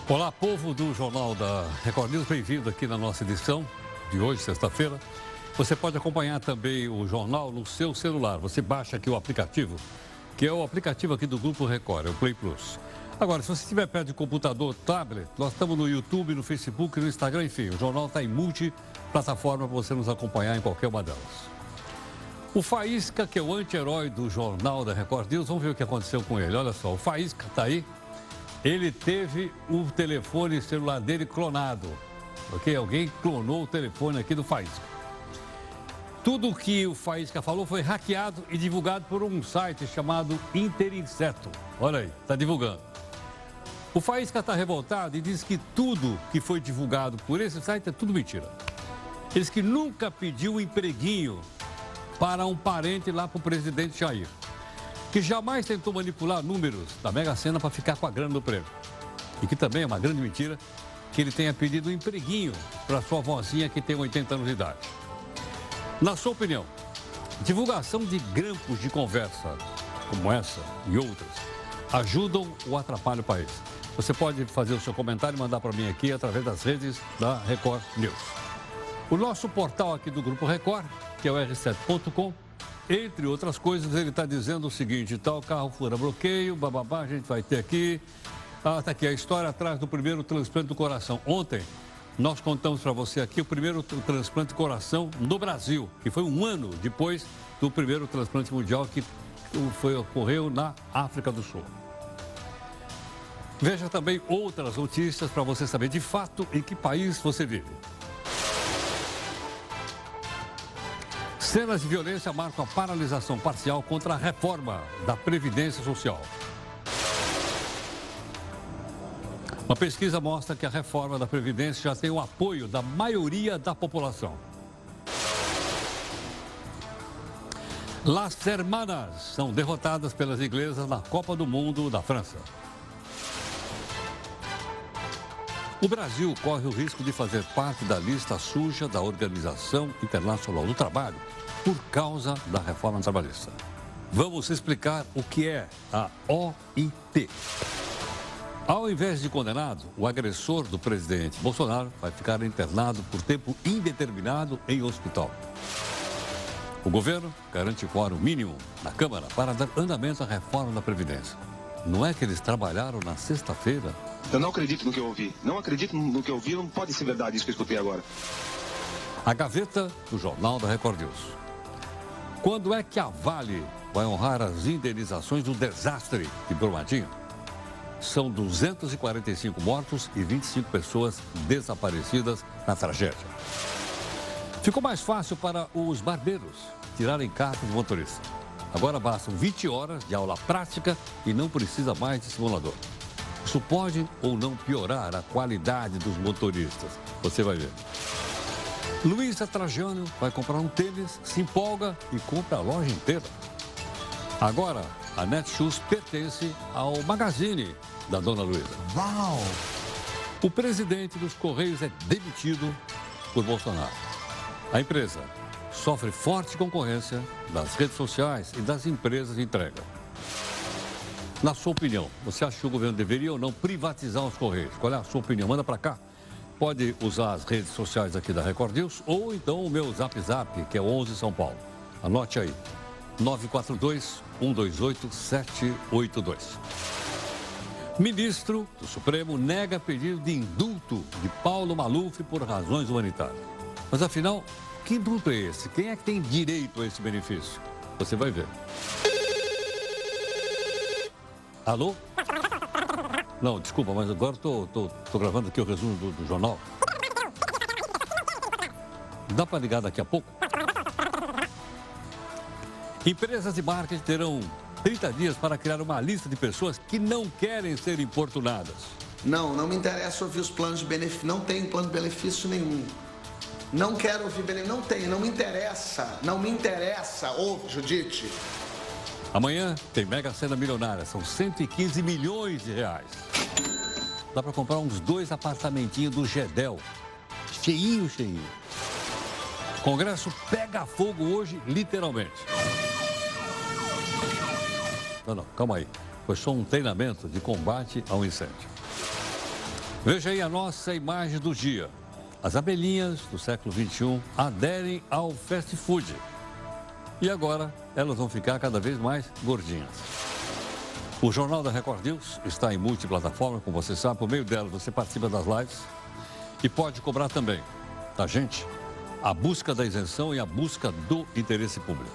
Olá, povo do Jornal da Record News, bem-vindo aqui na nossa edição de hoje, sexta-feira. Você pode acompanhar também o jornal no seu celular. Você baixa aqui o aplicativo, que é o aplicativo aqui do Grupo Record, é o Play Plus. Agora, se você estiver perto de computador, tablet, nós estamos no YouTube, no Facebook, no Instagram, enfim, o jornal está em multiplataforma para você nos acompanhar em qualquer uma delas. O Faísca, que é o anti-herói do Jornal da Record News, vamos ver o que aconteceu com ele. Olha só, o Faísca está aí. Ele teve o telefone celular dele clonado, ok? Alguém clonou o telefone aqui do Faísca. Tudo o que o Faísca falou foi hackeado e divulgado por um site chamado Interinseto. Olha aí, está divulgando. O Faísca está revoltado e diz que tudo que foi divulgado por esse site é tudo mentira. Ele diz que nunca pediu um empreguinho para um parente lá para o presidente Jair. Que jamais tentou manipular números da Mega Sena para ficar com a grana do prêmio. E que também é uma grande mentira que ele tenha pedido um empreguinho para sua vozinha que tem 80 anos de idade. Na sua opinião, divulgação de grampos de conversa como essa e outras ajudam ou atrapalham o país? Você pode fazer o seu comentário e mandar para mim aqui através das redes da Record News. O nosso portal aqui do Grupo Record, que é o r7.com, entre outras coisas, ele está dizendo o seguinte: tal carro fura bloqueio, bababá, a gente vai ter aqui. Está aqui a história atrás do primeiro transplante do coração. Ontem, nós contamos para você aqui o primeiro transplante de coração no Brasil, que foi um ano depois do primeiro transplante mundial que ocorreu na África do Sul. Veja também outras notícias para você saber de fato em que país você vive. Cenas de violência marcam a paralisação parcial contra a reforma da Previdência Social. Uma pesquisa mostra que a reforma da Previdência já tem o apoio da maioria da população. Las Hermanas são derrotadas pelas inglesas na Copa do Mundo da França. O Brasil corre o risco de fazer parte da lista suja da Organização Internacional do Trabalho por causa da reforma trabalhista. Vamos explicar o que é a OIT. Ao invés de condenado, o agressor do presidente Bolsonaro vai ficar internado por tempo indeterminado em hospital. O governo garante quórum mínimo na Câmara para dar andamento à reforma da Previdência. Não é que eles trabalharam na sexta-feira? Eu não acredito no que eu ouvi. Não acredito no que eu ouvi, não pode ser verdade isso que eu escutei agora. A gaveta do Jornal da Record News. Quando é que a Vale vai honrar as indenizações do desastre de Brumadinho? São 245 mortos e 25 pessoas desaparecidas na tragédia. Ficou mais fácil para os barbeiros tirarem carta de motorista. Agora bastam 20 horas de aula prática e não precisa mais de simulador. Isso pode ou não piorar a qualidade dos motoristas. Você vai ver. Luísa Trajano vai comprar um tênis, se empolga e compra a loja inteira. Agora, a Netshoes pertence ao Magazine da dona Luísa. Uau! O presidente dos Correios é demitido por Bolsonaro. A empresa sofre forte concorrência das redes sociais e das empresas de entrega. Na sua opinião, você acha que o governo deveria ou não privatizar os Correios? Qual é a sua opinião? Manda para cá. Pode usar as redes sociais aqui da Record News ou então o meu Zap, que é 11 São Paulo. Anote aí, 942-128-782. Ministro do Supremo nega pedido de indulto de Paulo Maluf por razões humanitárias. Mas afinal, que indulto é esse? Quem é que tem direito a esse benefício? Você vai ver. Alô? Não, desculpa, mas agora estou gravando aqui o resumo do jornal. Dá para ligar daqui a pouco? Empresas de marketing terão 30 dias para criar uma lista de pessoas que não querem ser importunadas. Não me interessa ouvir os planos de benefício. Não tem plano de benefício nenhum. Não quero ouvir benefício. Não tem, não me interessa. Não me interessa. Ouve, Judite. Amanhã tem Mega Sena milionária, são 115 milhões de reais. Dá para comprar uns 2 apartamentinhos do Gedel. Cheinho. O Congresso pega fogo hoje, literalmente. Não, calma aí. Foi só um treinamento de combate ao incêndio. Veja aí a nossa imagem do dia. As abelhinhas do século XXI aderem ao fast food. E agora elas vão ficar cada vez mais gordinhas. O Jornal da Record News está em multiplataforma, como você sabe. Por meio dela você participa das lives e pode cobrar também da gente a busca da isenção e a busca do interesse público.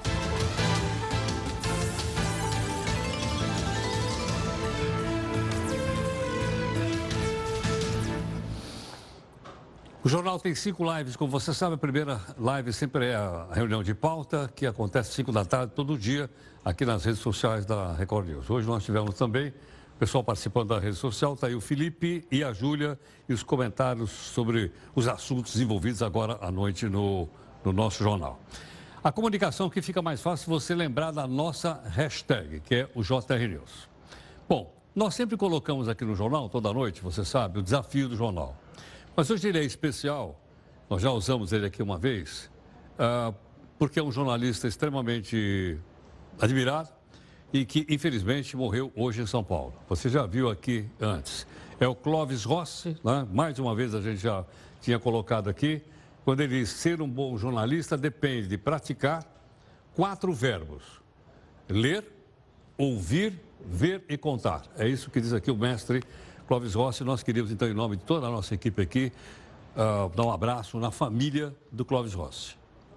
O jornal tem 5 lives, como você sabe. A primeira live sempre é a reunião de pauta, que acontece às 5 da tarde, todo dia, aqui nas redes sociais da Record News. Hoje nós tivemos também o pessoal participando da rede social, está aí o Felipe e a Júlia, e os comentários sobre os assuntos envolvidos agora à noite no nosso jornal. A comunicação que fica mais fácil você lembrar da nossa hashtag, que é o JR News. Bom, nós sempre colocamos aqui no jornal, toda noite, você sabe, o desafio do jornal. Mas hoje ele é especial, nós já usamos ele aqui uma vez, porque é um jornalista extremamente admirado e que, infelizmente, morreu hoje em São Paulo. Você já viu aqui antes. É o Clóvis Rossi, né? Mais uma vez a gente já tinha colocado aqui, quando ele diz ser um bom jornalista depende de praticar 4 verbos: ler, ouvir, ver e contar. É isso que diz aqui o mestre Clóvis Rossi. Nós queríamos, então, em nome de toda a nossa equipe aqui, dar um abraço na família do Clóvis Rossi.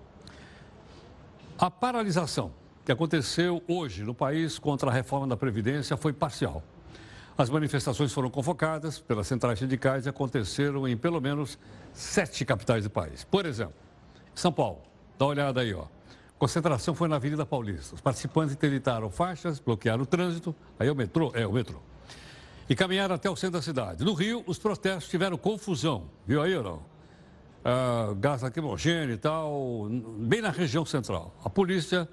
A paralisação que aconteceu hoje no país contra a reforma da Previdência foi parcial. As manifestações foram convocadas pelas centrais sindicais e aconteceram em pelo menos 7 capitais do país. Por exemplo, São Paulo, dá uma olhada aí, ó. A concentração foi na Avenida Paulista. Os participantes interditaram faixas, bloquearam o trânsito, aí é o metrô, e caminharam até o centro da cidade. No Rio, os protestos tiveram confusão, viu aí ou não? Gás lacrimogêneo e tal, bem na região central. A polícia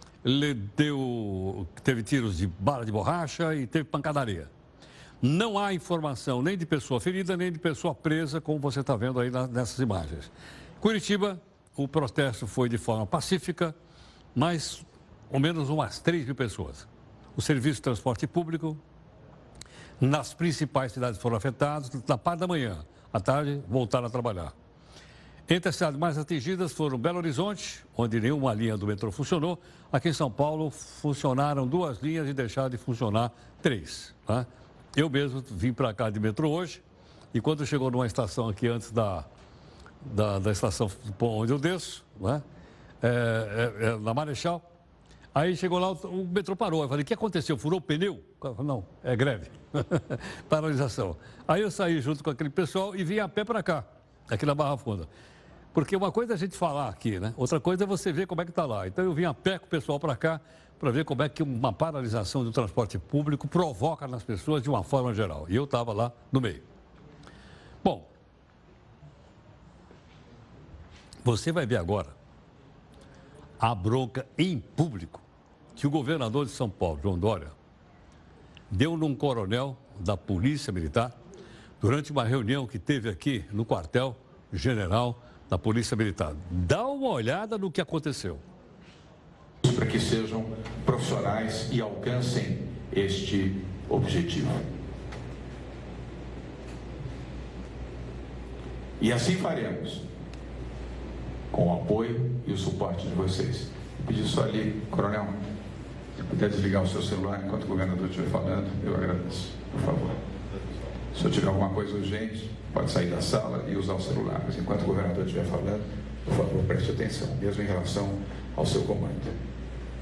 teve tiros de bala de borracha e teve pancadaria. Não há informação nem de pessoa ferida, nem de pessoa presa, como você está vendo aí nessas imagens. Curitiba, o protesto foi de forma pacífica, mas ao menos umas 3 mil pessoas. O serviço de transporte público nas principais cidades foram afetados. Na parte da manhã, à tarde, voltaram a trabalhar. Entre as cidades mais atingidas foram Belo Horizonte, onde nenhuma linha do metrô funcionou. Aqui em São Paulo, funcionaram 2 linhas e deixaram de funcionar 3. Tá? Eu mesmo vim para cá de metrô hoje e quando chegou numa estação aqui antes da estação onde eu desço, né? Na Marechal, aí chegou lá, o metrô parou. Eu falei, o que aconteceu? Furou o pneu? Não, é greve. Paralisação. Aí eu saí junto com aquele pessoal e vim a pé para cá, aqui na Barra Funda. Porque uma coisa é a gente falar aqui, né? Outra coisa é você ver como é que está lá. Então eu vim a pé com o pessoal para cá para ver como é que uma paralisação do transporte público provoca nas pessoas de uma forma geral. E eu estava lá no meio. Bom, você vai ver agora a bronca em público que o governador de São Paulo, João Dória, deu num coronel da Polícia Militar durante uma reunião que teve aqui no quartel-general da Polícia Militar. Dá uma olhada no que aconteceu. Para que sejam profissionais e alcancem este objetivo. E assim faremos, com o apoio e o suporte de vocês. Vou pedir só ali, coronel, se puder desligar o seu celular enquanto o governador estiver falando, eu agradeço, por favor. Se eu tiver alguma coisa urgente, pode sair da sala e usar o celular, mas enquanto o governador estiver falando, por favor, preste atenção, mesmo em relação ao seu comando.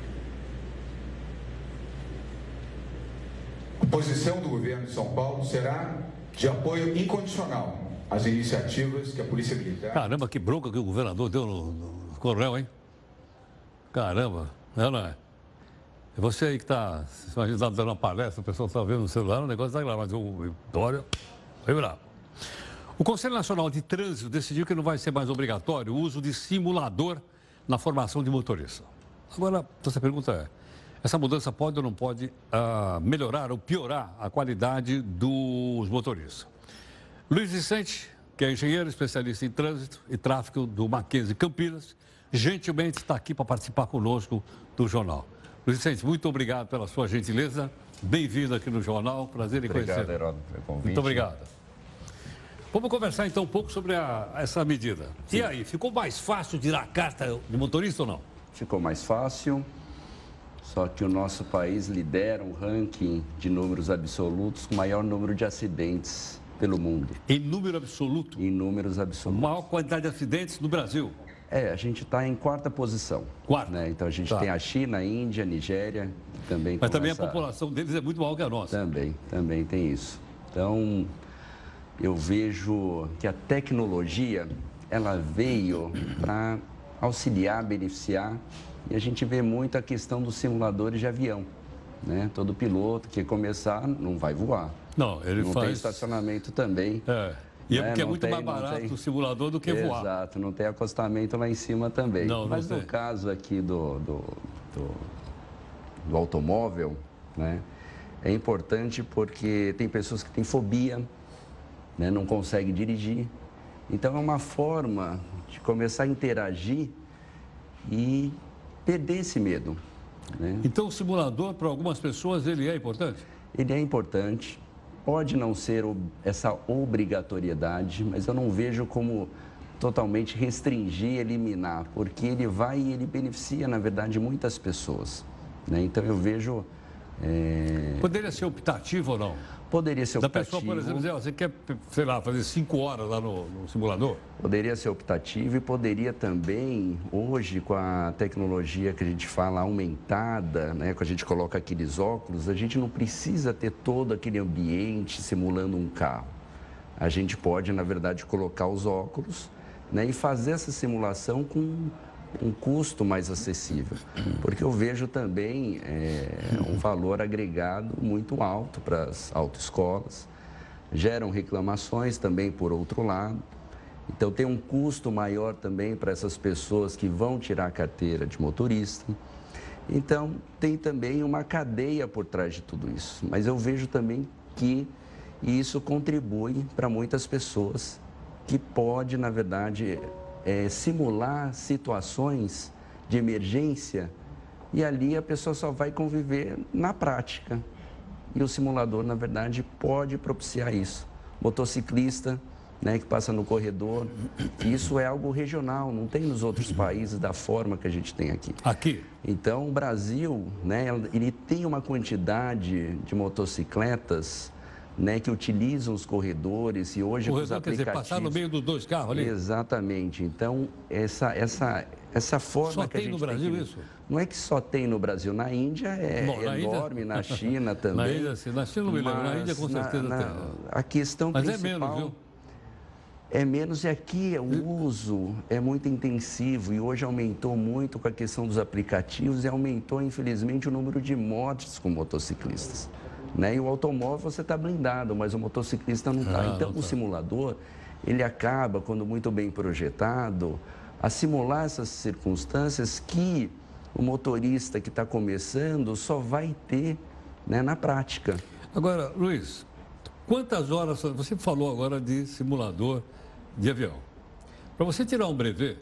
A posição do governo de São Paulo será de apoio incondicional às iniciativas que a Polícia Militar... Caramba, que bronca que o governador deu no coronel, hein? Caramba, não é? Você aí que está, a gente está dando uma palestra, o pessoal está vendo no celular, o negócio está lá, mas o Dória foi bravo. O Conselho Nacional de Trânsito decidiu que não vai ser mais obrigatório o uso de simulador na formação de motorista. Agora, essa pergunta é, essa mudança pode ou não pode melhorar ou piorar a qualidade dos motoristas? Luiz Vicente, que é engenheiro especialista em trânsito e tráfego do Mackenzie Campinas, gentilmente está aqui para participar conosco do jornal. Luiz Vicente, muito obrigado pela sua gentileza. Bem-vindo aqui no jornal. Prazer em conhecer. Obrigado, Heródoto, pelo convite. Muito obrigado. Vamos conversar então um pouco sobre essa medida. Sim. E aí, ficou mais fácil tirar a carta de motorista ou não? Ficou mais fácil, só que o nosso país lidera um ranking de números absolutos com o maior número de acidentes pelo mundo. Em número absoluto? Em números absolutos. Maior quantidade de acidentes no Brasil? A gente está em quarta posição. Quarta? Né? Então a gente tem a China, a Índia, a Nigéria, que também... Mas também a população deles é muito maior que a nossa. Também tem isso. Então, eu vejo que a tecnologia, ela veio para auxiliar, beneficiar, e a gente vê muito a questão dos simuladores de avião, né? Todo piloto que começar não vai voar. Não, ele não faz... tem estacionamento também. E é porque é muito mais barato o simulador do que voar. Exato, não tem acostamento lá em cima também. Mas no caso aqui do automóvel, né, é importante porque tem pessoas que têm fobia, né, não conseguem dirigir. Então é uma forma de começar a interagir e perder esse medo. Né? Então o simulador, para algumas pessoas, ele é importante? Ele é importante. Pode não ser essa obrigatoriedade, mas eu não vejo como totalmente restringir, eliminar, porque ele vai e ele beneficia, na verdade, muitas pessoas. Né? Então, eu vejo... Poderia ser optativo ou não? Poderia ser optativo. Da pessoa, por exemplo, dizer, você quer, sei lá, fazer 5 horas lá no simulador? Poderia ser optativo e poderia também, hoje, com a tecnologia que a gente fala aumentada, né, que a gente coloca aqueles óculos, a gente não precisa ter todo aquele ambiente simulando um carro. A gente pode, na verdade, colocar os óculos, né, e fazer essa simulação com um custo mais acessível, porque eu vejo também um valor agregado muito alto para as autoescolas, geram reclamações também por outro lado, então tem um custo maior também para essas pessoas que vão tirar a carteira de motorista, então tem também uma cadeia por trás de tudo isso, mas eu vejo também que isso contribui para muitas pessoas que pode, na verdade, simular situações de emergência e ali a pessoa só vai conviver na prática. E o simulador, na verdade, pode propiciar isso. Motociclista, né, que passa no corredor, isso é algo regional, não tem nos outros países da forma que a gente tem aqui. Aqui? Então, o Brasil, né, ele tem uma quantidade de motocicletas, né, que utilizam os corredores e hoje os aplicativos... Quer dizer, passar no meio dos dois carros ali? Exatamente. Então, essa forma só que a gente tem no Brasil isso? Não é que só tem no Brasil. Na Índia é enorme, na China também. Na Índia, sim. Na China não me lembro. Na Índia com certeza tem. A questão mas principal... é menos, viu? É menos e aqui o uso é muito intensivo e hoje aumentou muito com a questão dos aplicativos e aumentou, infelizmente, o número de mortes com motociclistas. Né? E o automóvel você está blindado, mas o motociclista não está. Então, o simulador, ele acaba, quando muito bem projetado, a simular essas circunstâncias que o motorista que está começando só vai ter, né, na prática. Agora, Luiz, quantas horas... Você falou agora de simulador de avião. Para você tirar um brevet,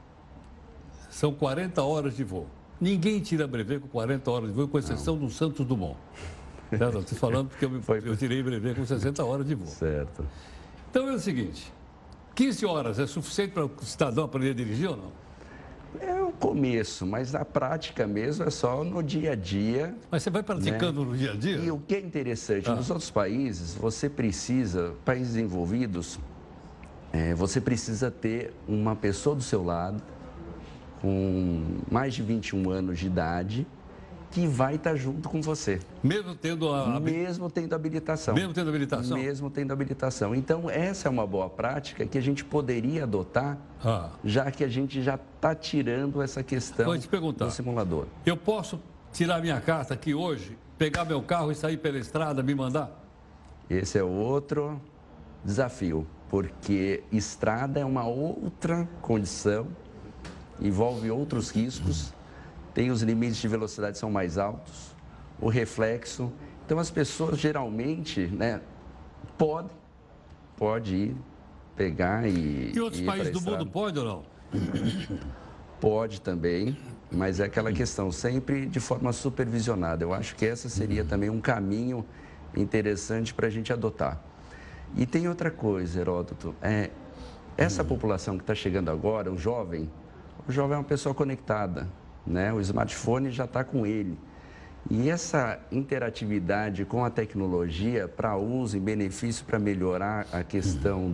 são 40 horas de voo. Ninguém tira brevet com 40 horas de voo, com exceção do Santos Dumont. Estou falando porque eu tirei brevet com 60 horas de voo. Certo. Então é o seguinte, 15 horas é suficiente para o cidadão aprender a dirigir ou não? É o começo, mas na prática mesmo é só no dia a dia. Mas você vai praticando, né, no dia a dia? E o que é interessante, nos outros países, você precisa, países desenvolvidos, você precisa ter uma pessoa do seu lado, com mais de 21 anos de idade, que vai estar junto com você. Mesmo tendo a... Mesmo tendo habilitação. Mesmo tendo habilitação? Mesmo tendo habilitação. Então, essa é uma boa prática que a gente poderia adotar, já que a gente já está tirando essa questão do simulador. Eu posso tirar minha carta aqui hoje, pegar meu carro e sair pela estrada, me mandar? Esse é outro desafio, porque estrada é uma outra condição, envolve outros riscos. Tem os limites de velocidade são mais altos, o reflexo. Então, as pessoas geralmente, né, pode ir, pegar e... E outros países do mundo pode ou não? Pode também, mas é aquela questão, sempre de forma supervisionada. Eu acho que essa seria também um caminho interessante para a gente adotar. E tem outra coisa, Heródoto, essa população que está chegando agora, o jovem é uma pessoa conectada, né? O smartphone já está com ele. E essa interatividade com a tecnologia para uso e benefício para melhorar a questão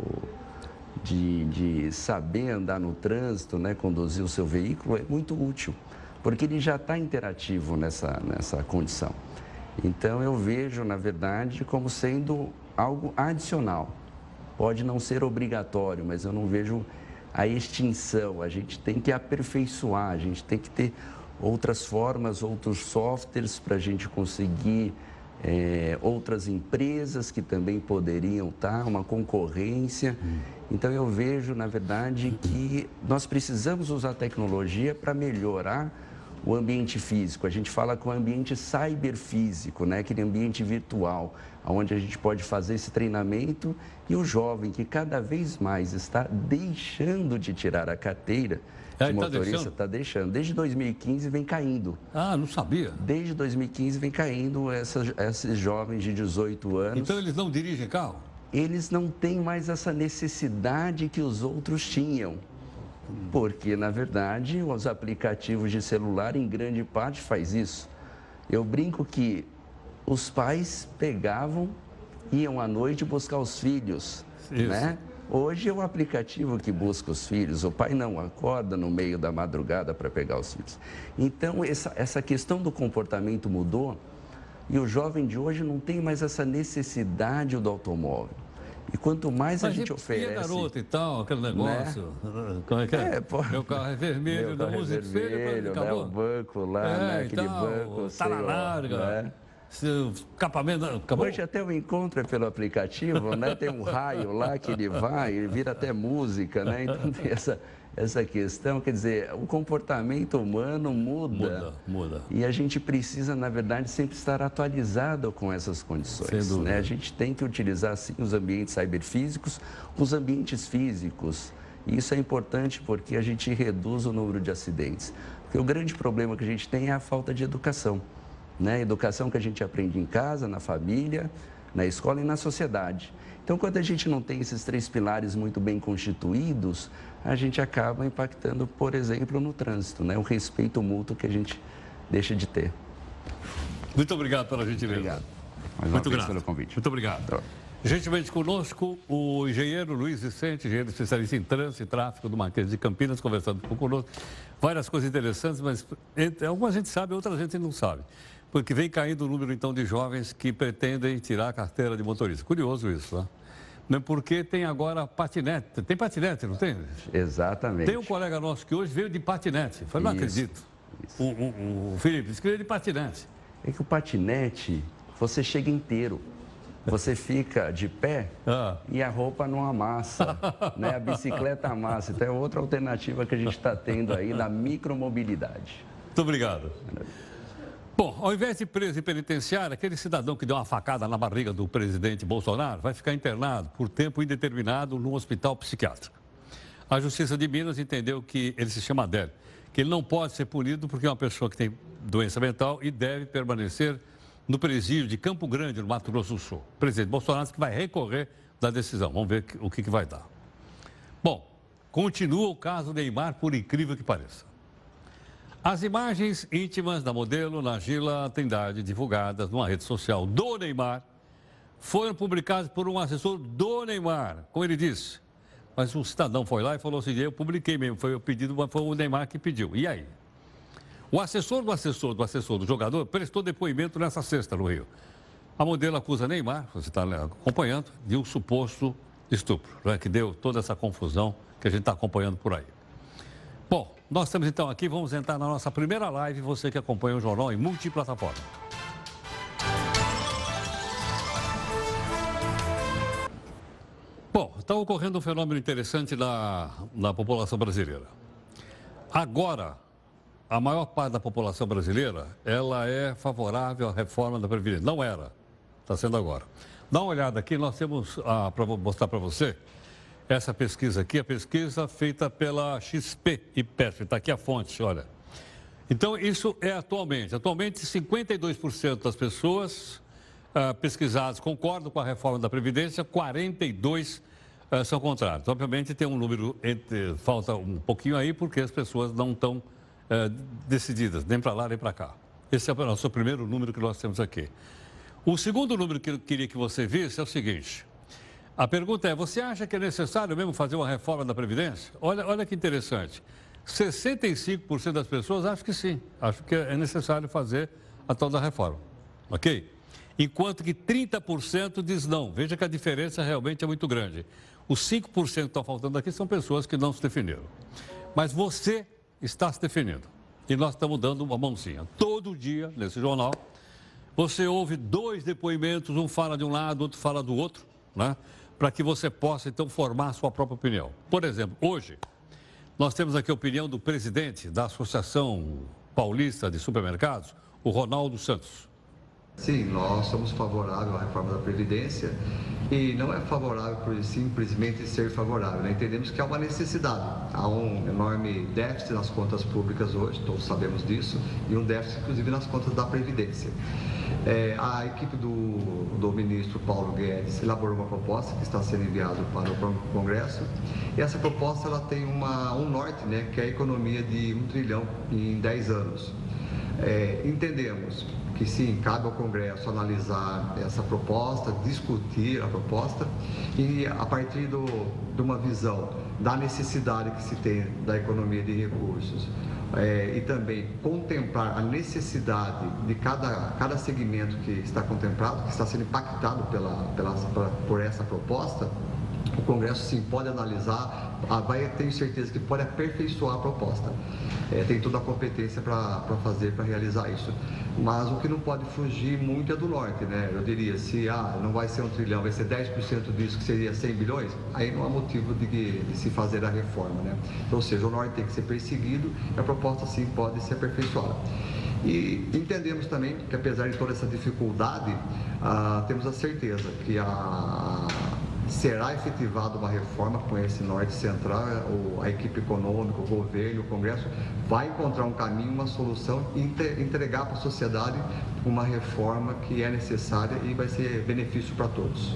de saber andar no trânsito, né? Conduzir o seu veículo é muito útil, porque ele já está interativo nessa condição. Então, eu vejo, na verdade, como sendo algo adicional. Pode não ser obrigatório, mas eu não vejo a extinção. A gente tem que aperfeiçoar, a gente tem que ter outras formas, outros softwares para a gente conseguir, outras empresas que também poderiam estar, uma concorrência. Então, eu vejo, na verdade, que nós precisamos usar a tecnologia para melhorar o ambiente físico. A gente fala com o ambiente cyberfísico, né? Aquele ambiente virtual, onde a gente pode fazer esse treinamento e o jovem que cada vez mais está deixando de tirar a carteira de motorista, está deixando. Desde 2015 vem caindo. Ah, não sabia. Desde 2015 vem caindo esses jovens de 18 anos. Então eles não dirigem carro? Eles não têm mais essa necessidade que os outros tinham. Porque, na verdade, os aplicativos de celular, em grande parte, faz isso. Eu brinco que os pais pegavam, iam à noite buscar os filhos, né? Hoje é o aplicativo que busca os filhos. O pai não acorda no meio da madrugada para pegar os filhos. Então, essa questão do comportamento mudou e o jovem de hoje não tem mais essa necessidade do automóvel. E quanto mais a gente oferece... Mas garoto e tal, aquele negócio, né? Como é que é? Meu carro é vermelho, não usa espelho, né? O banco lá, né? Aquele banco... Tá na larga, né? Seu escapamento... Acabou. Hoje até o encontro é pelo aplicativo, né? Tem um raio lá que ele vai, ele vira até música, né? Então tem essa questão, quer dizer, o comportamento humano muda. Muda. E a gente precisa, na verdade, sempre estar atualizado com essas condições, né? A gente tem que utilizar, sim, os ambientes cyberfísicos, os ambientes físicos. E isso é importante porque a gente reduz o número de acidentes. Porque o grande problema que a gente tem é a falta de educação, né? Educação que a gente aprende em casa, na família, na escola e na sociedade. Então, quando a gente não tem esses 3 pilares muito bem constituídos, a gente acaba impactando, por exemplo, no trânsito, né? O respeito mútuo que a gente deixa de ter. Muito obrigado pela gentileza. Obrigado. Muito grato pelo convite. Muito obrigado. Gentilmente conosco, o engenheiro Luiz Vicente, engenheiro especialista em trânsito e tráfego do Marquês de Campinas, conversando conosco. Várias coisas interessantes, mas algumas a gente sabe, outras a gente não sabe. Porque vem caindo o número, então, de jovens que pretendem tirar a carteira de motorista. Curioso isso, né? Porque tem agora patinete. Tem patinete, não tem? Exatamente. Tem um colega nosso que hoje veio de patinete. Eu falei, não acredito. O Felipe disse que veio de patinete. É que o patinete, você chega inteiro. Você fica de pé e a roupa não amassa, né? A bicicleta amassa. Então é outra alternativa que a gente está tendo aí na micromobilidade. Muito obrigado. Bom, ao invés de preso em penitenciária, aquele cidadão que deu uma facada na barriga do presidente Bolsonaro vai ficar internado por tempo indeterminado num hospital psiquiátrico. A Justiça de Minas entendeu que ele se chama Adélio, que ele não pode ser punido porque é uma pessoa que tem doença mental e deve permanecer no presídio de Campo Grande, no Mato Grosso do Sul. O presidente Bolsonaro disse que vai recorrer da decisão. Vamos ver o que vai dar. Bom, continua o caso Neymar, por incrível que pareça. As imagens íntimas da modelo Nagila Trindade, divulgadas numa rede social do Neymar, foram publicadas por um assessor do Neymar, como ele disse. Mas um cidadão foi lá e falou assim, eu publiquei mesmo, foi o pedido, mas foi o Neymar que pediu. E aí? O assessor do jogador prestou depoimento nessa sexta no Rio. A modelo acusa Neymar, você está acompanhando, de um suposto estupro, né, que deu toda essa confusão que a gente está acompanhando por aí. Bom, nós estamos então aqui, vamos entrar na nossa primeira live, você que acompanha o jornal em multiplataforma. Bom, está ocorrendo um fenômeno interessante na população brasileira. Agora, a maior parte da população brasileira, ela é favorável à reforma da Previdência. Não era, está sendo agora. Dá uma olhada aqui, nós temos, para mostrar para você, essa pesquisa aqui, a pesquisa feita pela XP e PESP, está aqui a fonte, olha. Então, isso é atualmente. Atualmente, 52% das pessoas pesquisados concordam com a reforma da Previdência, 42 são contrários. Obviamente tem um número, falta um pouquinho aí, porque as pessoas não estão decididas, nem para lá nem para cá. Esse é o nosso primeiro número que nós temos aqui. O segundo número que eu queria que você visse é o seguinte. A pergunta é, você acha que é necessário mesmo fazer uma reforma da Previdência? Olha que interessante. 65% das pessoas acham que sim, acham que é necessário fazer a tal da reforma, ok? Enquanto que 30% diz não. Veja que a diferença realmente é muito grande. Os 5% que estão faltando aqui são pessoas que não se definiram. Mas você está se definindo. E nós estamos dando uma mãozinha. Todo dia, nesse jornal, você ouve 2 depoimentos, um fala de um lado, outro fala do outro, né? Para que você possa, então, formar a sua própria opinião. Por exemplo, hoje, nós temos aqui a opinião do presidente da Associação Paulista de Supermercados, o Ronaldo Santos. Sim, nós somos favoráveis à reforma da Previdência e não é favorável por simplesmente ser favorável, né? Entendemos que há uma necessidade, há um enorme déficit nas contas públicas hoje, todos sabemos disso, e um déficit inclusive nas contas da Previdência. A equipe do ministro Paulo Guedes elaborou uma proposta que está sendo enviada para o Congresso e essa proposta ela tem um norte, né, que é a economia de 1 trilhão em 10 anos. Entendemos que sim, cabe ao Congresso analisar essa proposta, discutir a proposta e a partir de uma visão da necessidade que se tem da economia de recursos e também contemplar a necessidade de cada segmento que está contemplado, que está sendo impactado por essa proposta, o Congresso sim pode analisar, tenho certeza que pode aperfeiçoar a proposta. Tem toda a competência para realizar isso. Mas o que não pode fugir muito é do norte, né? Eu diria, se não vai ser 1 trilhão, vai ser 10% disso, que seria 100 bilhões, aí não há motivo de se fazer a reforma, né? Ou seja, o norte tem que ser perseguido e a proposta sim pode ser aperfeiçoada. E entendemos também que apesar de toda essa dificuldade, temos a certeza que será efetivada uma reforma com esse norte central, a equipe econômica, o governo, o Congresso vai encontrar um caminho, uma solução e entregar para a sociedade uma reforma que é necessária e vai ser benefício para todos.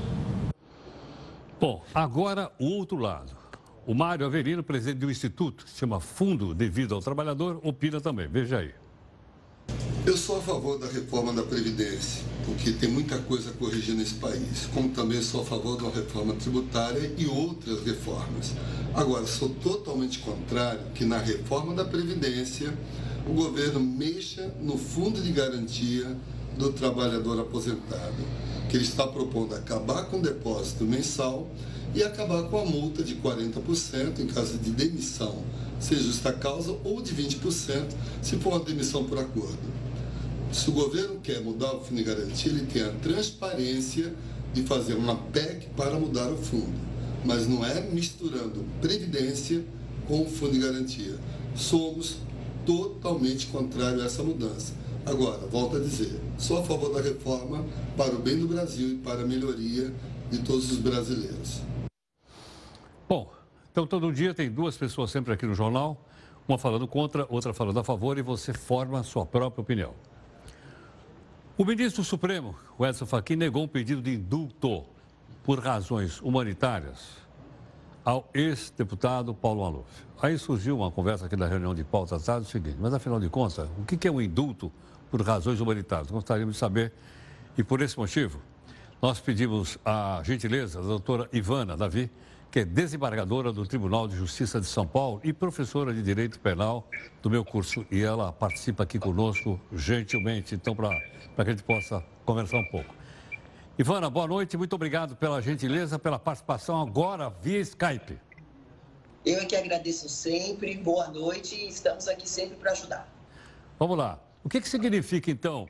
Bom, agora o outro lado. O Mário Avelino, presidente do instituto, que se chama Fundo Devido ao Trabalhador, opina também. Veja aí. Eu sou a favor da reforma da Previdência, porque tem muita coisa a corrigir nesse país, como também sou a favor de uma reforma tributária e outras reformas. Agora, sou totalmente contrário que na reforma da Previdência o governo mexa no fundo de garantia do trabalhador aposentado, que ele está propondo acabar com o depósito mensal e acabar com a multa de 40% em caso de demissão, seja justa causa, ou de 20% se for uma demissão por acordo. Se o governo quer mudar o fundo de garantia, ele tem a transparência de fazer uma PEC para mudar o fundo, mas não é misturando previdência com o fundo de garantia. Somos totalmente contrários a essa mudança. Agora, volto a dizer, sou a favor da reforma para o bem do Brasil e para a melhoria de todos os brasileiros. Bom, então todo dia tem 2 pessoas sempre aqui no jornal, uma falando contra, outra falando a favor, e você forma a sua própria opinião. O ministro Supremo, o Edson Fachin, negou um pedido de indulto por razões humanitárias ao ex-deputado Paulo Maluf. Aí surgiu uma conversa aqui na reunião de pauta à tarde, o seguinte, mas afinal de contas, o que é um indulto por razões humanitárias? Gostaríamos de saber, e por esse motivo, nós pedimos a gentileza da doutora Ivana Davi, que é desembargadora do Tribunal de Justiça de São Paulo e professora de Direito Penal do meu curso. E ela participa aqui conosco gentilmente, então, para que a gente possa conversar um pouco. Ivana, boa noite, muito obrigado pela gentileza, pela participação agora via Skype. Eu é que agradeço sempre, boa noite e estamos aqui sempre para ajudar. Vamos lá. O que significa, então,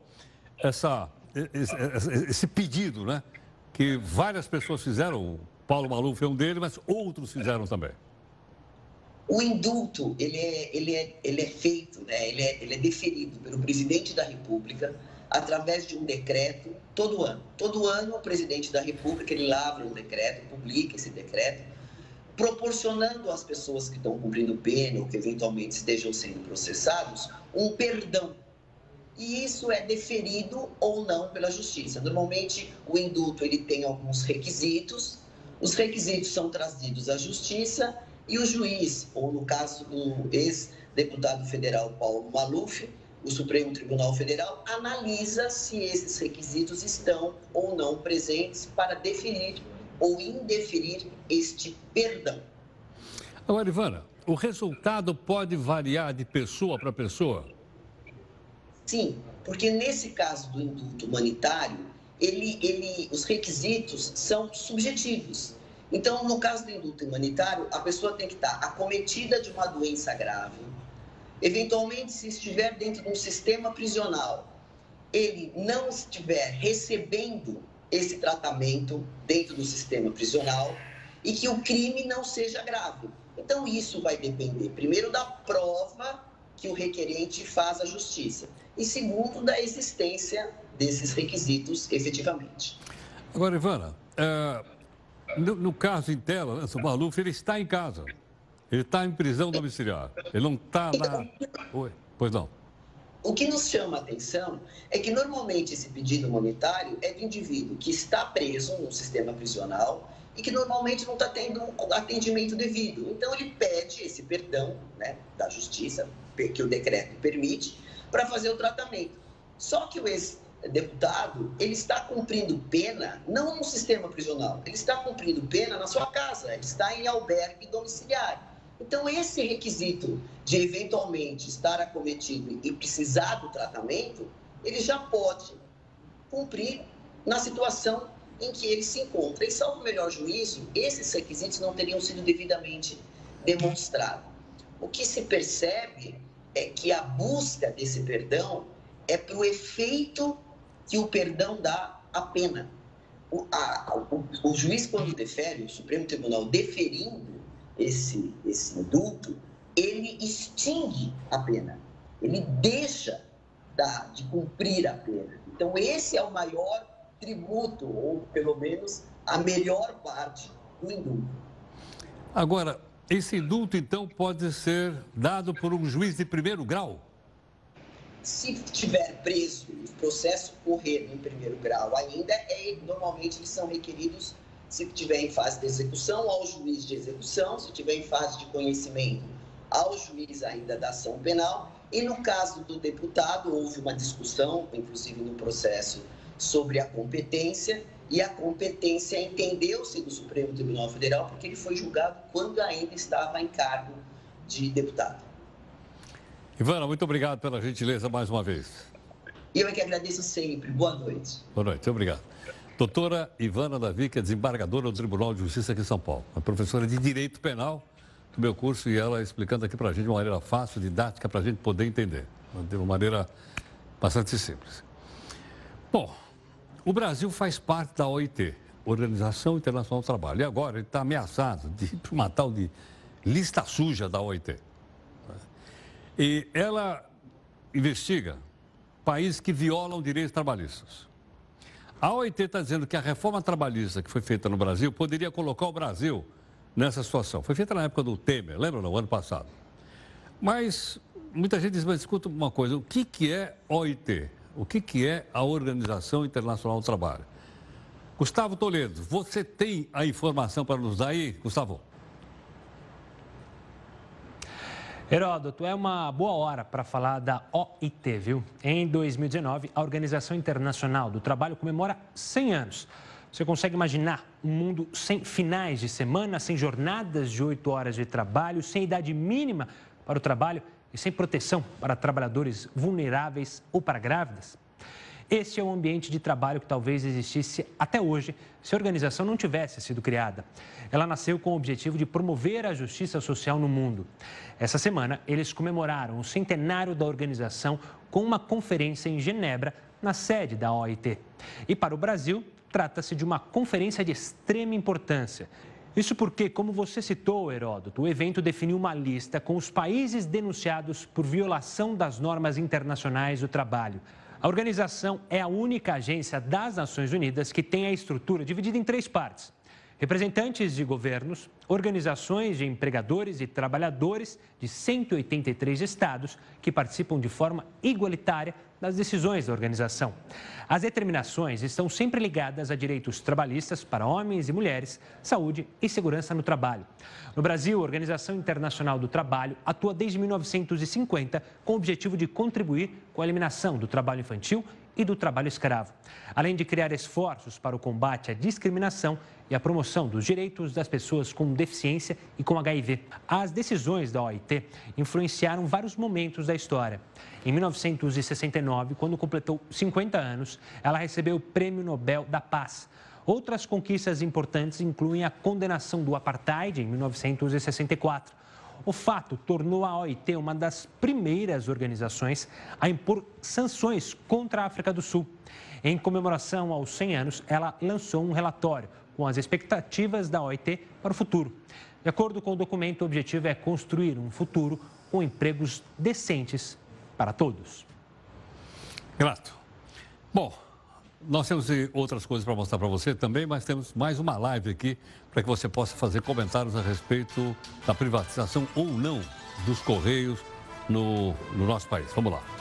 esse pedido, né? Que várias pessoas fizeram, o Paulo Maluf é um deles, mas outros fizeram também. O indulto, ele é feito, né? ele é deferido pelo presidente da República através de um decreto todo ano. Todo ano, o presidente da República, ele lavra um decreto, publica esse decreto, proporcionando às pessoas que estão cumprindo pena ou que eventualmente estejam sendo processados um perdão. e isso é deferido ou não pela Justiça. Normalmente, o indulto ele tem alguns requisitos, os requisitos são trazidos à Justiça e o juiz, ou no caso do ex-deputado federal Paulo Maluf, o Supremo Tribunal Federal analisa se esses requisitos estão ou não presentes para deferir ou indeferir este perdão. Agora, Ivana, o resultado pode variar de pessoa para pessoa? Sim, porque nesse caso do indulto humanitário, os requisitos são subjetivos. Então, no caso do indulto humanitário, a pessoa tem que estar acometida de uma doença grave, eventualmente, se estiver dentro de um sistema prisional, ele não estiver recebendo esse tratamento dentro do sistema prisional e que o crime não seja grave. Então, isso vai depender, primeiro, da prova que o requerente faz à Justiça e, segundo, da existência desses requisitos efetivamente. Agora, Ivana, no caso em tela, o Maluf, ele está em casa. Ele está em prisão domiciliar. Ele não está na... Oi, pois não. O que nos chama a atenção é que, normalmente, esse pedido humanitário é de indivíduo que está preso no sistema prisional e que, normalmente, não está tendo atendimento devido. Então, ele pede esse perdão, né, da Justiça, que o decreto permite, para fazer o tratamento. Só que o ex-deputado, ele está cumprindo pena não no sistema prisional, ele está cumprindo pena na sua casa, ele está em albergue domiciliar. Então, esse requisito de, eventualmente, estar acometido e precisar do tratamento, ele já pode cumprir na situação em que ele se encontra. E, salvo o melhor juízo, esses requisitos não teriam sido devidamente demonstrados. O que se percebe é que a busca desse perdão é para o efeito que o perdão dá à pena. O juiz, quando defere, o Supremo Tribunal deferindo esse indulto, ele extingue a pena, ele deixa de cumprir a pena. Então, esse é o maior tributo, ou pelo menos a melhor parte do indulto. Agora, esse indulto, então, pode ser dado por um juiz de primeiro grau? Se estiver preso, o processo correr em primeiro grau ainda, normalmente eles são requeridos, se estiver em fase de execução, ao juiz de execução, se estiver em fase de conhecimento, ao juiz ainda da ação penal. E no caso do deputado, houve uma discussão, inclusive no processo, sobre a competência, e a competência entendeu-se do Supremo Tribunal Federal porque ele foi julgado quando ainda estava em cargo de deputado. Ivana, muito obrigado pela gentileza mais uma vez. Eu é que agradeço sempre. Boa noite. Boa noite, obrigado. Doutora Ivana Davi, que é desembargadora do Tribunal de Justiça aqui em São Paulo, uma professora de Direito Penal do meu curso, e ela explicando aqui para a gente de uma maneira fácil, didática, para a gente poder entender, de uma maneira bastante simples. Bom, o Brasil faz parte da OIT, Organização Internacional do Trabalho, e agora ele está ameaçado de ir para uma tal de lista suja da OIT. E ela investiga países que violam direitos trabalhistas. A OIT está dizendo que a reforma trabalhista que foi feita no Brasil poderia colocar o Brasil nessa situação. Foi feita na época do Temer, lembra não? Ano passado. Mas muita gente diz, mas escuta uma coisa, o que é OIT? O que é a Organização Internacional do Trabalho? Gustavo Toledo, você tem a informação para nos dar aí, Gustavo? Heródoto, é uma boa hora para falar da OIT, viu? Em 2019, a Organização Internacional do Trabalho comemora 100 anos. Você consegue imaginar um mundo sem finais de semana, sem jornadas de 8 horas de trabalho, sem idade mínima para o trabalho e sem proteção para trabalhadores vulneráveis ou para grávidas? Este é o ambiente de trabalho que talvez existisse até hoje se a organização não tivesse sido criada. Ela nasceu com o objetivo de promover a justiça social no mundo. Essa semana, eles comemoraram o centenário da organização com uma conferência em Genebra, na sede da OIT. E para o Brasil, trata-se de uma conferência de extrema importância. Isso porque, como você citou, Heródoto, o evento definiu uma lista com os países denunciados por violação das normas internacionais do trabalho. A organização é a única agência das Nações Unidas que tem a estrutura dividida em 3 partes. Representantes de governos, organizações de empregadores e trabalhadores de 183 estados que participam de forma igualitária das decisões da organização. As determinações estão sempre ligadas a direitos trabalhistas para homens e mulheres, saúde e segurança no trabalho. No Brasil, a Organização Internacional do Trabalho atua desde 1950 com o objetivo de contribuir com a eliminação do trabalho infantil e do trabalho escravo, além de criar esforços para o combate à discriminação e a promoção dos direitos das pessoas com deficiência e com HIV. As decisões da OIT influenciaram vários momentos da história. Em 1969, quando completou 50 anos, ela recebeu o Prêmio Nobel da Paz. Outras conquistas importantes incluem a condenação do apartheid em 1964. O fato tornou a OIT uma das primeiras organizações a impor sanções contra a África do Sul. Em comemoração aos 100 anos, ela lançou um relatório com as expectativas da OIT para o futuro. De acordo com o documento, o objetivo é construir um futuro com empregos decentes para todos. Renato, bom, nós temos outras coisas para mostrar para você também, mas temos mais uma live aqui para que você possa fazer comentários a respeito da privatização ou não dos Correios no nosso país. Vamos lá.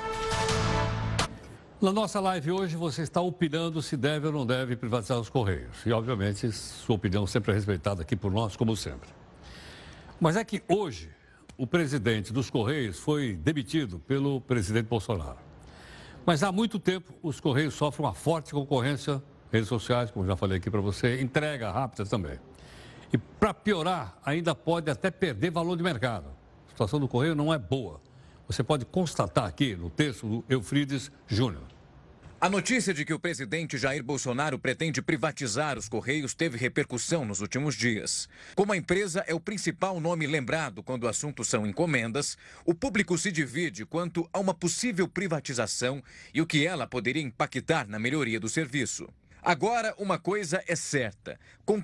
Na nossa live hoje, você está opinando se deve ou não deve privatizar os Correios. E, obviamente, sua opinião sempre é respeitada aqui por nós, como sempre. Mas é que hoje, o presidente dos Correios foi demitido pelo presidente Bolsonaro. Mas há muito tempo, os Correios sofrem uma forte concorrência, redes sociais, como já falei aqui para você, entrega rápida também. E, para piorar, ainda pode até perder valor de mercado. A situação do Correio não é boa. Você pode constatar aqui no texto do Eufrides Júnior. A notícia de que o presidente Jair Bolsonaro pretende privatizar os Correios teve repercussão nos últimos dias. Como a empresa é o principal nome lembrado quando o assunto são encomendas, o público se divide quanto a uma possível privatização e o que ela poderia impactar na melhoria do serviço. Agora, uma coisa é certa. Com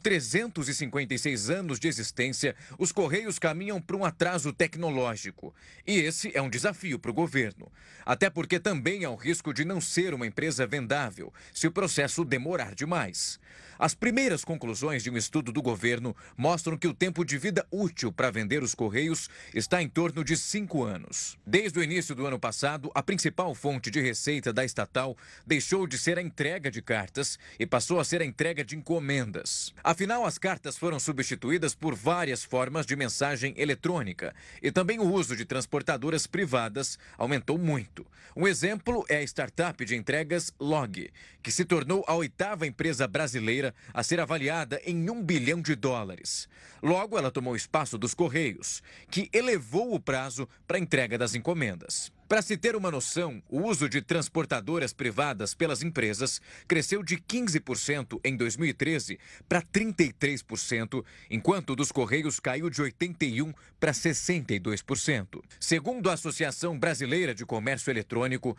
356 anos de existência, os Correios caminham para um atraso tecnológico. E esse é um desafio para o governo. Até porque também há o risco de não ser uma empresa vendável, se o processo demorar demais. As primeiras conclusões de um estudo do governo mostram que o tempo de vida útil para vender os Correios está em torno de 5 anos. Desde o início do ano passado, a principal fonte de receita da estatal deixou de ser a entrega de cartas e passou a ser a entrega de encomendas. Afinal, as cartas foram substituídas por várias formas de mensagem eletrônica e também o uso de transportadoras privadas aumentou muito. Um exemplo é a startup de entregas Log, que se tornou a 8ª empresa brasileira a ser avaliada em US$1 bilhão. Logo, ela tomou espaço dos Correios, que elevou o prazo para a entrega das encomendas. Para se ter uma noção, o uso de transportadoras privadas pelas empresas cresceu de 15% em 2013 para 33%, enquanto o dos Correios caiu de 81% para 62%. Segundo a Associação Brasileira de Comércio Eletrônico,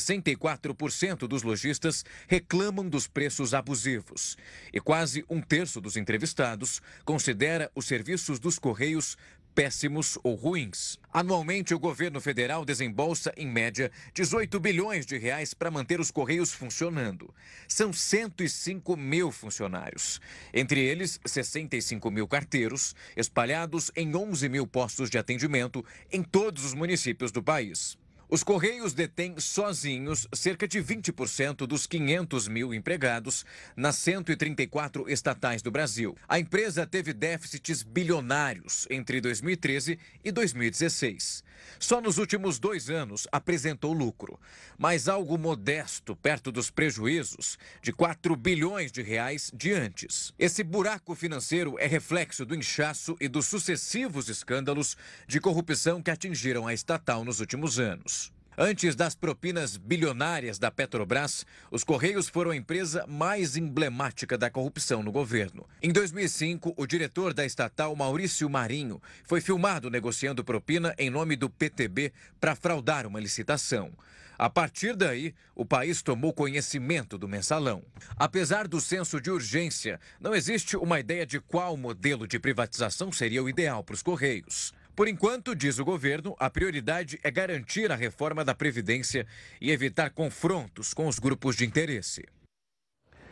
64% dos lojistas reclamam dos preços abusivos. E quase 1/3 dos entrevistados considera os serviços dos Correios péssimos ou ruins. Anualmente, o governo federal desembolsa, em média, 18 bilhões de reais para manter os Correios funcionando. São 105 mil funcionários. Entre eles, 65 mil carteiros, espalhados em 11 mil postos de atendimento em todos os municípios do país. Os Correios detêm sozinhos cerca de 20% dos 500 mil empregados nas 134 estatais do Brasil. A empresa teve déficits bilionários entre 2013 e 2016. Só nos últimos 2 anos apresentou lucro, mas algo modesto perto dos prejuízos de 4 bilhões de reais de antes. Esse buraco financeiro é reflexo do inchaço e dos sucessivos escândalos de corrupção que atingiram a estatal nos últimos anos. Antes das propinas bilionárias da Petrobras, os Correios foram a empresa mais emblemática da corrupção no governo. Em 2005, o diretor da estatal, Maurício Marinho, foi filmado negociando propina em nome do PTB para fraudar uma licitação. A partir daí, o país tomou conhecimento do mensalão. Apesar do senso de urgência, não existe uma ideia de qual modelo de privatização seria o ideal para os Correios. Por enquanto, diz o governo, a prioridade é garantir a reforma da Previdência e evitar confrontos com os grupos de interesse.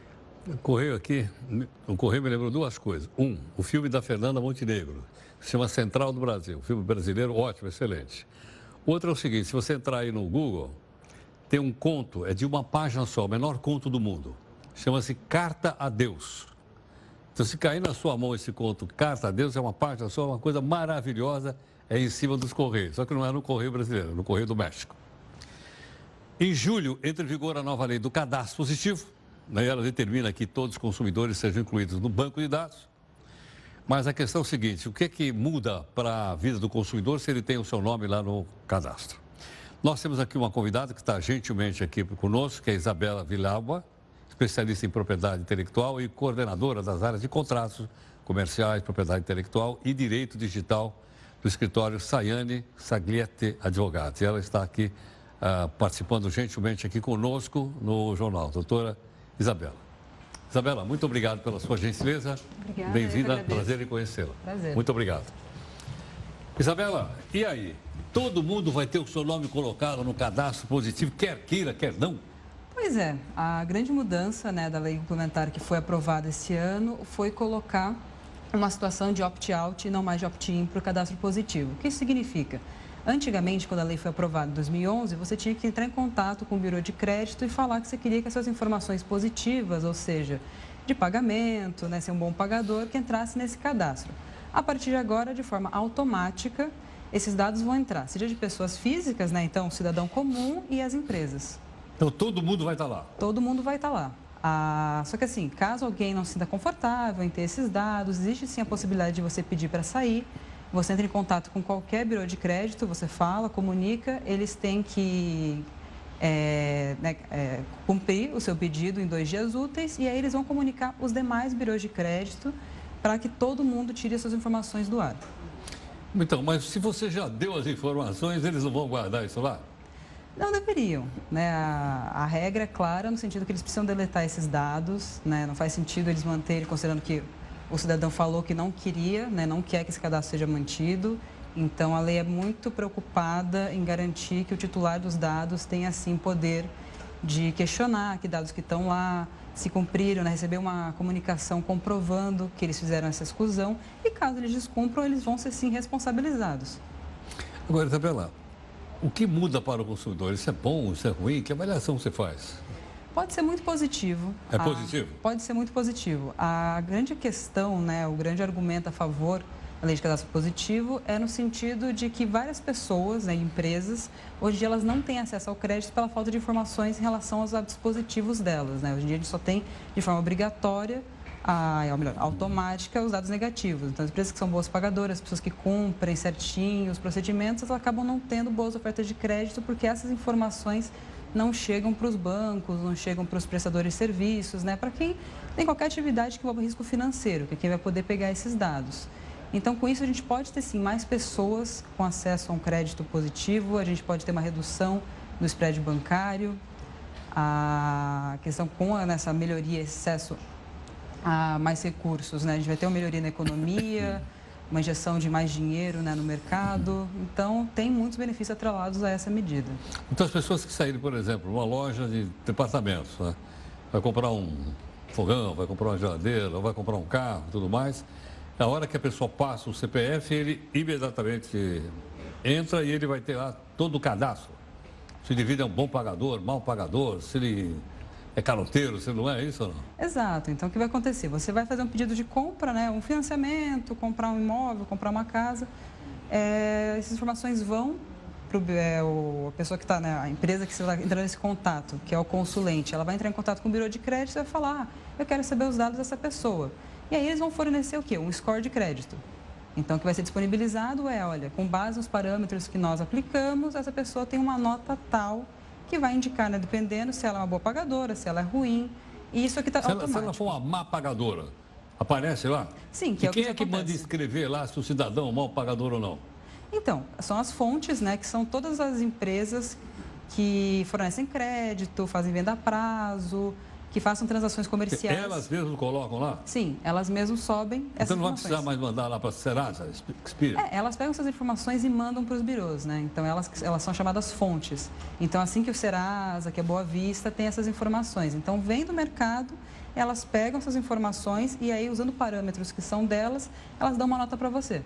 O Correio me lembrou duas coisas. O filme da Fernanda Montenegro, se chama Central do Brasil, filme brasileiro ótimo, excelente. Outro é o seguinte, se você entrar aí no Google, tem um conto, é de uma página só, o menor conto do mundo. Chama-se Carta a Deus. Então, se cair na sua mão esse conto, Carta a Deus, é uma página só, uma coisa maravilhosa, é em cima dos Correios. Só que não é no Correio brasileiro, é no Correio do México. Em julho, entra em vigor a nova lei do cadastro positivo. Ela determina que todos os consumidores sejam incluídos no banco de dados. Mas a questão é o seguinte, o que é que muda para a vida do consumidor se ele tem o seu nome lá no cadastro? Nós temos aqui uma convidada que está gentilmente aqui conosco, que é Isabela Villalba, especialista em propriedade intelectual e coordenadora das áreas de contratos comerciais, propriedade intelectual e direito digital do escritório Sayane Saglietti Advogados. E ela está aqui participando gentilmente aqui conosco no jornal. Doutora Isabela. Isabela, muito obrigado pela sua gentileza. Obrigada. Bem-vinda, prazer em conhecê-la. Prazer. Muito obrigado. Isabela, e aí? Todo mundo vai ter o seu nome colocado no cadastro positivo, quer queira, quer não? Pois é, a grande mudança, né, da lei complementar que foi aprovada esse ano foi colocar uma situação de opt-out e não mais de opt-in para o cadastro positivo. O que isso significa? Antigamente, quando a lei foi aprovada em 2011, você tinha que entrar em contato com o Bureau de Crédito e falar que você queria que as suas informações positivas, ou seja, de pagamento, né, ser um bom pagador, que entrasse nesse cadastro. A partir de agora, de forma automática, esses dados vão entrar, seja de pessoas físicas, né, então o cidadão comum e as empresas. Então todo mundo vai estar lá? Todo mundo vai estar lá. Só que assim, caso alguém não se sinta confortável em ter esses dados, existe sim a possibilidade de você pedir para sair. Você entra em contato com qualquer bureau de crédito, você fala, comunica, eles têm que cumprir o seu pedido em 2 dias úteis e aí eles vão comunicar os demais bureaus de crédito para que todo mundo tire as suas informações do ar. Então, mas se você já deu as informações, eles não vão guardar isso lá? Não deveriam, né? A regra é clara no sentido que eles precisam deletar esses dados, né? Não faz sentido eles manterem, considerando que o cidadão falou que não queria, né? Não quer que esse cadastro seja mantido. Então, a lei é muito preocupada em garantir que o titular dos dados tenha, assim, poder de questionar que dados que estão lá, se cumpriram, né? Receber uma comunicação comprovando que eles fizeram essa exclusão e, caso eles descumpram, eles vão ser, sim, responsabilizados. Agora, Isabela, o que muda para o consumidor? Isso é bom, isso é ruim? Que avaliação você faz? Pode ser muito positivo. É positivo? Pode ser muito positivo. A grande questão, né, o grande argumento a favor da lei de cadastro positivo é no sentido de que várias pessoas, né, empresas, hoje em dia elas não têm acesso ao crédito pela falta de informações em relação aos dispositivos delas, né? Hoje em dia a gente só tem de forma obrigatória, automática, os dados negativos. Então, as empresas que são boas pagadoras, as pessoas que cumprem certinho os procedimentos, elas acabam não tendo boas ofertas de crédito porque essas informações não chegam para os bancos, não chegam para os prestadores de serviços, né? Para quem tem qualquer atividade que envolva risco financeiro, que é quem vai poder pegar esses dados. Então, com isso, a gente pode ter, sim, mais pessoas com acesso a um crédito positivo, a gente pode ter uma redução do spread bancário, a questão com essa melhoria, esse acesso a mais recursos, né? A gente vai ter uma melhoria na economia, uma injeção de mais dinheiro, né, no mercado. Então, tem muitos benefícios atrelados a essa medida. Então, as pessoas que saírem, por exemplo, numa loja de departamentos, né? Vai comprar um fogão, vai comprar uma geladeira, vai comprar um carro e tudo mais, na hora que a pessoa passa o CPF, ele imediatamente entra e ele vai ter lá todo o cadastro. Se o indivíduo é um bom pagador, mau pagador, se ele é caloteiro, se não é isso ou não? Exato. Então, o que vai acontecer? Você vai fazer um pedido de compra, né? Um financiamento, comprar um imóvel, comprar uma casa. Essas informações vão para a pessoa que está, né? A empresa que você vai entrar nesse contato, que é o consulente. Ela vai entrar em contato com o bureau de crédito e vai falar, eu quero saber os dados dessa pessoa. E aí eles vão fornecer o quê? Um score de crédito. Então, o que vai ser disponibilizado olha, com base nos parâmetros que nós aplicamos, essa pessoa tem uma nota tal que vai indicar, né, dependendo se ela é uma boa pagadora, se ela é ruim. E isso aqui está automático. Se ela for uma má pagadora, aparece lá? Sim, que é o que acontece. Quem é que manda escrever lá se o cidadão é um mau pagador ou não? Então, são as fontes, né, que são todas as empresas que fornecem crédito, fazem venda a prazo, que façam transações comerciais. Elas mesmas colocam lá? Sim, elas mesmas sobem essas informações. Então não vai precisar mais mandar lá para a Serasa, Expira? Elas pegam essas informações e mandam para os birôs, né? Então elas são chamadas fontes. Então assim que o Serasa, que a Boa Vista tem essas informações. Então vem do mercado, elas pegam essas informações e aí usando parâmetros que são delas, elas dão uma nota para você.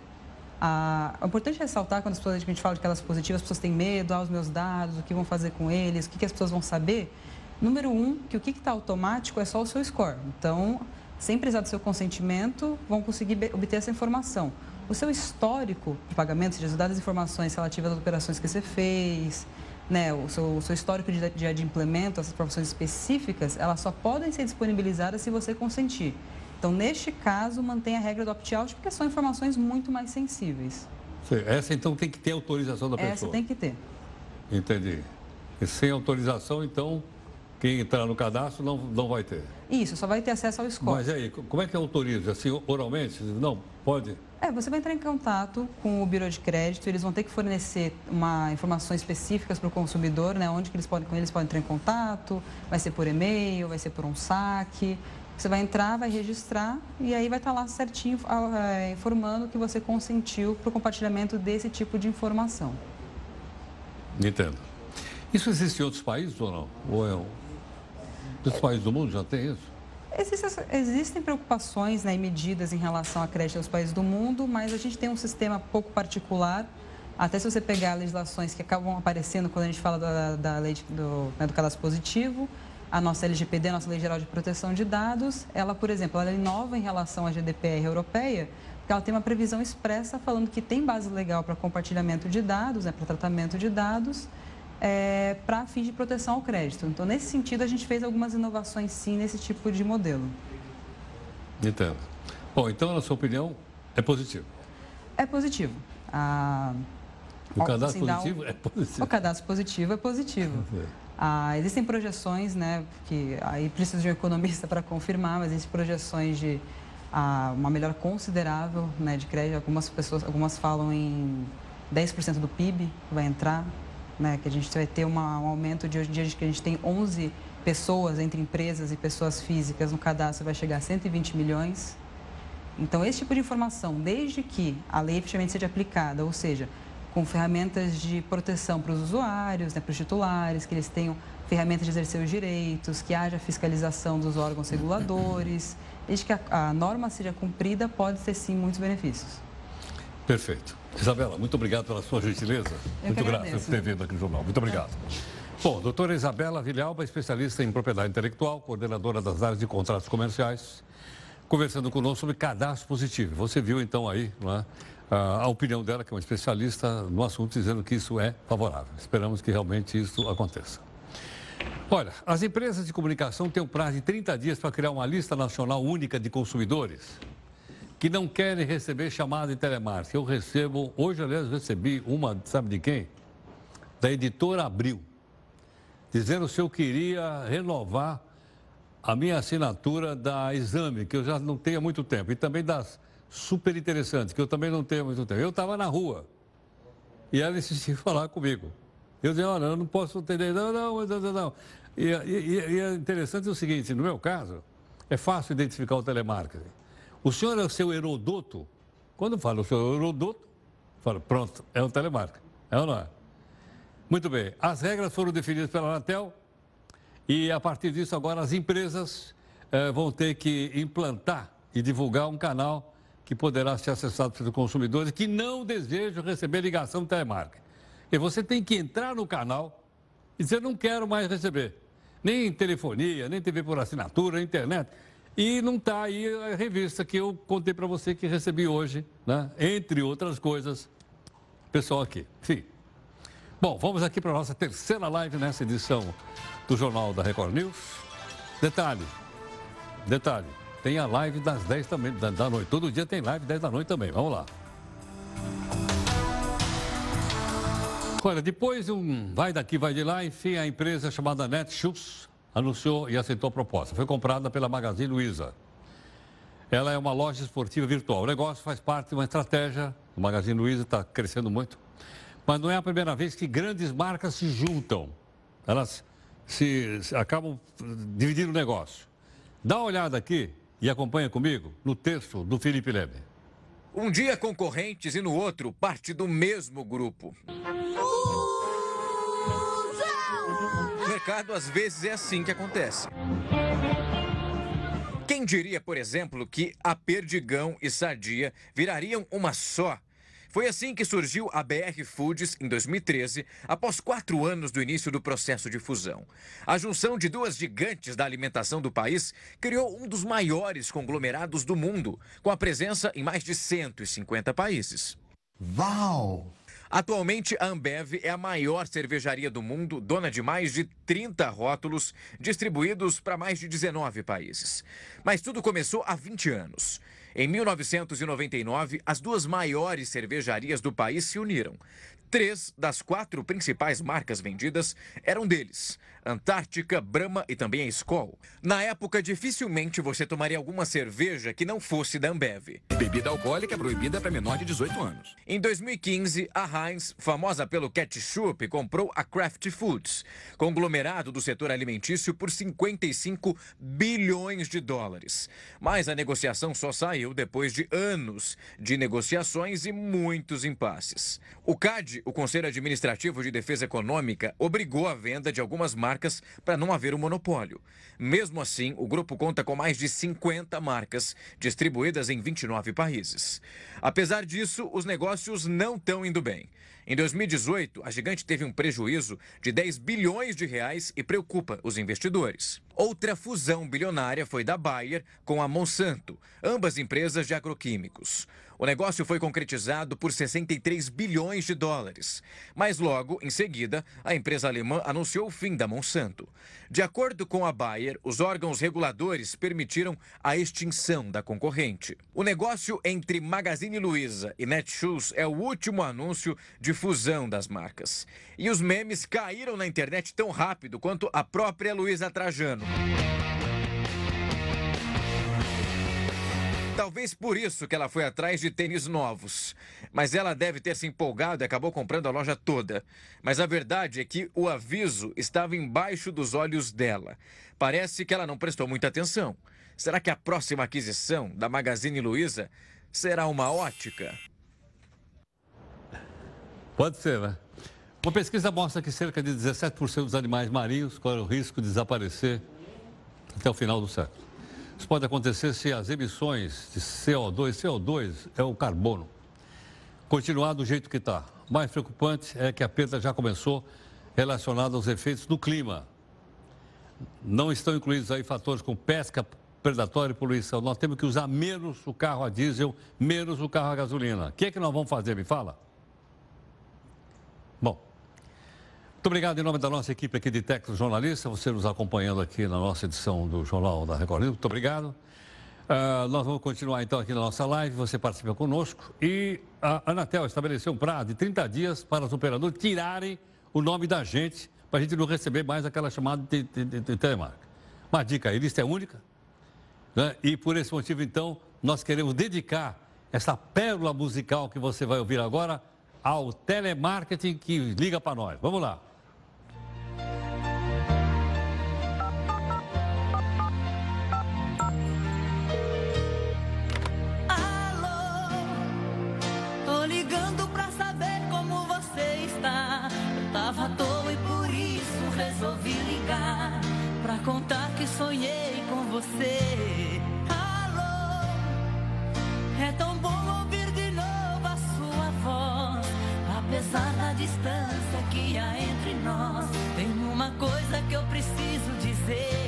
É importante ressaltar quando a gente fala de cadastro positivo, as pessoas têm medo, os meus dados, o que vão fazer com eles, o que as pessoas vão saber. Número 1, que o que está automático é só o seu score. Então, sem precisar do seu consentimento, vão conseguir obter essa informação. O seu histórico de pagamento, ou seja, as informações relativas às operações que você fez, né, o seu histórico de adimplêmento, essas profissões específicas, elas só podem ser disponibilizadas se você consentir. Então, neste caso, mantém a regra do opt-out, porque são informações muito mais sensíveis. Essa, então, tem que ter autorização da pessoa? Essa tem que ter. Entendi. E sem autorização, então, quem entrar no cadastro não vai ter? Isso, só vai ter acesso ao score. Mas aí, como é que autoriza? Assim, oralmente? Não, pode? Você vai entrar em contato com o Bureau de Crédito, eles vão ter que fornecer informações específicas para o consumidor, né, onde que eles podem entrar em contato, vai ser por e-mail, vai ser por um saque. Você vai entrar, vai registrar e aí vai estar lá certinho informando que você consentiu para o compartilhamento desse tipo de informação. Entendo. Isso existe em outros países ou não? Ou outros países do mundo já tem isso? Existem preocupações, né, e medidas em relação a crédito aos países do mundo, mas a gente tem um sistema pouco particular. Até se você pegar legislações que acabam aparecendo quando a gente fala da lei do cadastro positivo, a nossa LGPD, a nossa Lei Geral de Proteção de Dados, ela, por exemplo, ela é nova em relação à GDPR europeia, porque ela tem uma previsão expressa falando que tem base legal para compartilhamento de dados, né, para tratamento de dados, para fins de proteção ao crédito. Então, nesse sentido, a gente fez algumas inovações, sim, nesse tipo de modelo. Entendo. Bom, então, na sua opinião, é positivo? É positivo. O cadastro positivo é positivo? O cadastro positivo é positivo. Existem projeções, né, que aí precisa de um economista para confirmar, mas existem projeções de uma melhora considerável, né, de crédito. Algumas falam em 10% do PIB que vai entrar, né, que a gente vai ter um aumento de hoje em dia que a gente tem 11 pessoas entre empresas e pessoas físicas no cadastro, vai chegar a 120 milhões. Então, esse tipo de informação, desde que a lei efetivamente seja aplicada, ou seja, com ferramentas de proteção para os usuários, né, para os titulares, que eles tenham ferramentas de exercer os direitos, que haja fiscalização dos órgãos reguladores. Desde que a norma seja cumprida, pode ter, sim, muitos benefícios. Perfeito. Isabela, muito obrigado pela sua gentileza. Muito grato por ter vindo aqui no jornal. Muito obrigado. Bom, doutora Isabela Villalba, especialista em propriedade intelectual, coordenadora das áreas de contratos comerciais, conversando conosco sobre cadastro positivo. Você viu, então, aí, não é? A opinião dela, que é uma especialista no assunto, dizendo que isso é favorável. Esperamos que realmente isso aconteça. Olha, as empresas de comunicação têm um prazo de 30 dias para criar uma lista nacional única de consumidores que não querem receber chamada de telemarketing. Eu recebo, hoje, aliás, recebi uma, sabe de quem? Da editora Abril, dizendo se eu queria renovar a minha assinatura da Exame, que eu já não tenho há muito tempo, e também das Super Interessantes, que eu também não tenho há muito tempo. Eu estava na rua e ela insistiu em falar comigo. Eu dizia, olha, eu não posso atender, não. E é interessante o seguinte, no meu caso, é fácil identificar o telemarketing. O senhor é o seu Herodoto? Quando eu falo o seu Herodoto, falo, pronto, é o telemarketing. É ou não é? Muito bem. As regras foram definidas pela Anatel e, a partir disso, agora as empresas vão ter que implantar e divulgar um canal que poderá ser acessado pelos consumidores que não desejam receber ligação de telemarketing. E você tem que entrar no canal e dizer, não quero mais receber. Nem telefonia, nem TV por assinatura, internet. E não está aí a revista que eu contei para você que recebi hoje, né? Entre outras coisas, pessoal aqui. Enfim. Bom, vamos aqui para a nossa terceira live nessa edição do Jornal da Record News. Detalhe, tem a live das 10 também, da noite. Todo dia tem live 10 da noite também. Vamos lá. Olha, depois vai daqui, vai de lá, enfim, a empresa chamada Netshoes anunciou e aceitou a proposta. Foi comprada pela Magazine Luiza. Ela é uma loja esportiva virtual. O negócio faz parte de uma estratégia. O Magazine Luiza está crescendo muito. Mas não é a primeira vez que grandes marcas se juntam. Elas se acabam dividindo o negócio. Dá uma olhada aqui e acompanha comigo no texto do Felipe Leme. Um dia concorrentes e no outro parte do mesmo grupo. No mercado, às vezes, é assim que acontece. Quem diria, por exemplo, que a Perdigão e Sadia virariam uma só? Foi assim que surgiu a BR Foods em 2013, após 4 anos do início do processo de fusão. A junção de duas gigantes da alimentação do país criou um dos maiores conglomerados do mundo, com a presença em mais de 150 países. Uau! Atualmente, a Ambev é a maior cervejaria do mundo, dona de mais de 30 rótulos, distribuídos para mais de 19 países. Mas tudo começou há 20 anos. Em 1999, as duas maiores cervejarias do país se uniram. 3 das 4 principais marcas vendidas eram deles: Antártica, Brahma e também a Skol. Na época, dificilmente você tomaria alguma cerveja que não fosse da Ambev. Bebida alcoólica é proibida para menor de 18 anos. Em 2015, a Heinz, famosa pelo ketchup, comprou a Kraft Foods, conglomerado do setor alimentício, por 55 bilhões de dólares. Mas a negociação só saiu depois de anos de negociações e muitos impasses. O CAD, o Conselho Administrativo de Defesa Econômica, obrigou a venda de algumas marcas para não haver um monopólio. Mesmo assim, o grupo conta com mais de 50 marcas distribuídas em 29 países. Apesar disso, os negócios não estão indo bem. Em 2018, a gigante teve um prejuízo de 10 bilhões de reais e preocupa os investidores. Outra fusão bilionária foi da Bayer com a Monsanto, ambas empresas de agroquímicos. O negócio foi concretizado por 63 bilhões de dólares. Mas logo, em seguida, a empresa alemã anunciou o fim da Monsanto. De acordo com a Bayer, os órgãos reguladores permitiram a extinção da concorrente. O negócio entre Magazine Luiza e Netshoes é o último anúncio de fusão das marcas. E os memes caíram na internet tão rápido quanto a própria Luiza Trajano. Talvez por isso que ela foi atrás de tênis novos. Mas ela deve ter se empolgado e acabou comprando a loja toda. Mas a verdade é que o aviso estava embaixo dos olhos dela. Parece que ela não prestou muita atenção. Será que a próxima aquisição da Magazine Luiza será uma ótica? Pode ser, né? Uma pesquisa mostra que cerca de 17% dos animais marinhos correm o risco de desaparecer até o final do século. Isso pode acontecer se as emissões de CO2 é o carbono, continuar do jeito que está. Mais preocupante é que a perda já começou relacionada aos efeitos do clima. Não estão incluídos aí fatores como pesca predatória e poluição. Nós temos que usar menos o carro a diesel, menos o carro a gasolina. O que é que nós vamos fazer? Me fala. Bom, muito obrigado em nome da nossa equipe aqui de técnicos jornalistas, você nos acompanhando aqui na nossa edição do Jornal da Record News. Muito obrigado. Nós vamos continuar então aqui na nossa live, você participa conosco. E a Anatel estabeleceu um prazo de 30 dias para os operadores tirarem o nome da gente, para a gente não receber mais aquela chamada de telemarca. Uma dica aí, lista é única, né? E por esse motivo então, nós queremos dedicar essa pérola musical que você vai ouvir agora ao telemarketing que liga para nós. Vamos lá. Tava à toa e por isso resolvi ligar pra contar que sonhei com você. Alô, é tão bom ouvir de novo a sua voz. Apesar da distância que há entre nós, tem uma coisa que eu preciso dizer.